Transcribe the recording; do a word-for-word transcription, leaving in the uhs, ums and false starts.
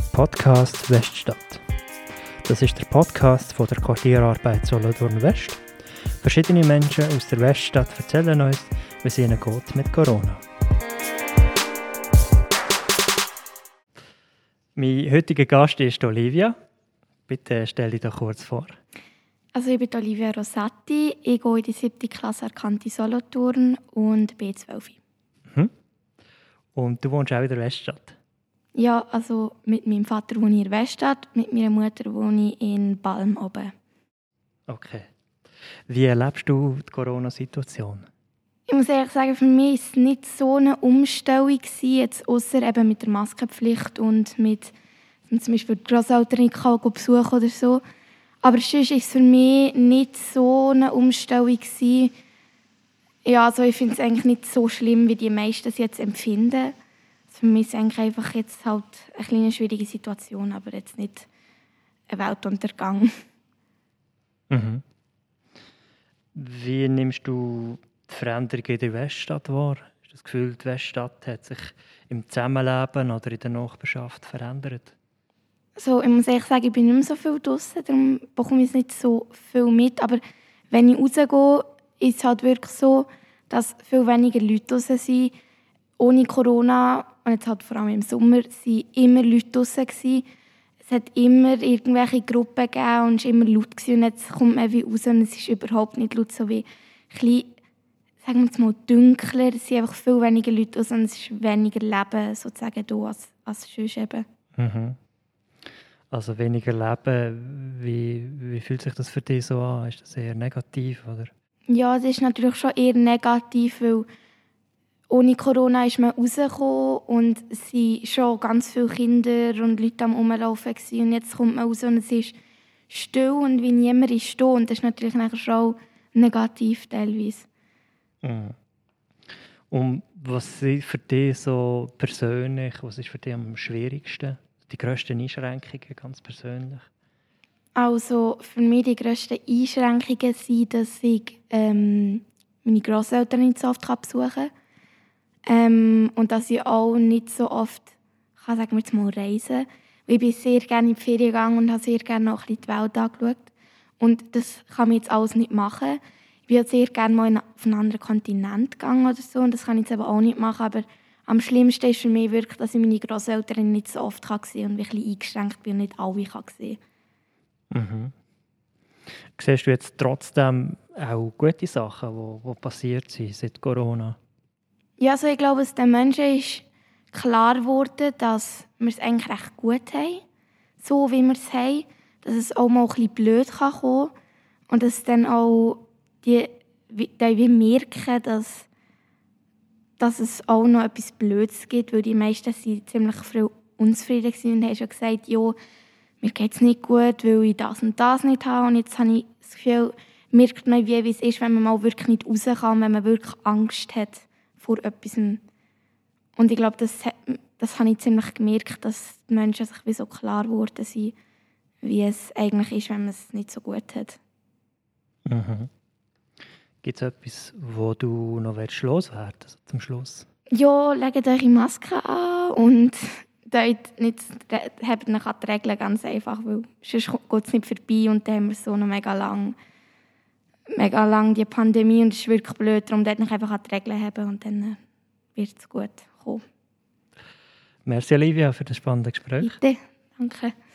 Podcast Weststadt. Das ist der Podcast von der Quartierarbeit Solothurn West. Verschiedene Menschen aus der Weststadt erzählen uns, wie es ihnen geht mit Corona. Mein heutiger Gast ist Olivia. Bitte stell dich doch kurz vor. Also ich bin Olivia Rosati, ich gehe in die siebte Klasse Arkanti Solothurn und bin zwölf. Mhm. Und du wohnst auch in der Weststadt? Ja, also mit meinem Vater wohne ich in der Weststadt, mit meiner Mutter wohne ich in Balm oben. Okay. Wie erlebst du die Corona-Situation? Ich muss ehrlich sagen, für mich war es nicht so eine Umstellung, jetzt ausser eben mit der Maskenpflicht und mit zum Beispiel die Grosseltern besuchen oder so. Aber sonst war es für mich nicht so eine Umstellung. Ja, also ich finde es eigentlich nicht so schlimm, wie die meisten es jetzt empfinden. Für mich ist es eigentlich einfach jetzt halt eine kleine schwierige Situation, aber jetzt nicht ein Weltuntergang. Mhm. Wie nimmst du die Veränderung in der Weststadt wahr? Hast du das Gefühl, die Weststadt hat sich im Zusammenleben oder in der Nachbarschaft verändert? So, ich muss ehrlich sagen, ich bin nicht mehr so viel draussen, darum bekomme ich nicht so viel mit. Aber wenn ich rausgehe, ist es halt wirklich so, dass viel weniger Leute draussen sind. Ohne Corona, und jetzt halt vor allem im Sommer, waren immer Leute draussen. Es hat immer irgendwelche Gruppen gegeben und es war immer laut. Und jetzt kommt man wie raus und es ist überhaupt nicht laut, so wie ein bisschen, sagen wir jetzt mal, dunkler. Es sind einfach viel weniger Leute draussen und es ist weniger Leben sozusagen da als, als sonst eben. Mhm. Also weniger Leben, wie, wie fühlt sich das für dich so an? Ist das eher negativ, oder? Ja, es ist natürlich schon eher negativ, weil ohne Corona ist man rausgekommen und es waren schon ganz viele Kinder und Leute am Rumlaufen gewesen. Und jetzt kommt man raus und es ist still und wie niemand ist da. Und das ist natürlich nachher schon negativ teilweise. Mhm. Und was ist für dich so persönlich, was ist für dich am schwierigsten? Die grössten Einschränkungen ganz persönlich? Also für mich die grössten Einschränkungen sind, dass ich ähm, meine Grosseltern nicht so oft besuchen kann. Ähm, und dass ich auch nicht so oft, kann, sagen wir jetzt mal, reisen. Ich bin sehr gerne in die Ferien gegangen und habe sehr gerne noch ein bisschen die Welt angeschaut. Und das kann ich jetzt alles nicht machen. Ich bin sehr gerne mal auf einen anderen Kontinent gegangen oder so, und das kann ich jetzt eben auch nicht machen. Aber am schlimmsten ist für mich wirklich, dass ich meine Grosseltern nicht so oft sehen kann und ein bisschen eingeschränkt bin und nicht alle sehen kann. Mhm. Siehst du jetzt trotzdem auch gute Sachen, die, die passiert sind seit Corona? Ja, also ich glaube, es den Menschen ist klar geworden, dass wir es eigentlich recht gut haben, so wie wir es haben, dass es auch mal ein bisschen blöd kann kommen und dass dann auch die, die, die merken, dass, dass es auch noch etwas Blödes gibt, weil die meisten sind ziemlich früh unzufrieden waren und haben schon gesagt, ja, mir geht es nicht gut, weil ich das und das nicht habe. Und jetzt habe ich das Gefühl, merkt man, wie es ist, wenn man mal wirklich nicht raus kann, wenn man wirklich Angst hat vor etwas. Und ich glaube, das, das habe ich ziemlich gemerkt, dass die Menschen sich wie so klar geworden sind, wie es eigentlich ist, wenn man es nicht so gut hat. Mhm. Gibt es etwas, wo du noch loswerden willst, also zum Schluss? Ja, legt eure Maske an und nicht, habt euch an die Regeln ganz einfach, weil sonst geht es nicht vorbei und dann haben wir so noch mega lang, mega lang die Pandemie und es ist wirklich blöd, darum dort nicht einfach an die Regeln haben und dann wird es gut kommen. Merci Olivia für das spannende Gespräch. Bitte, danke.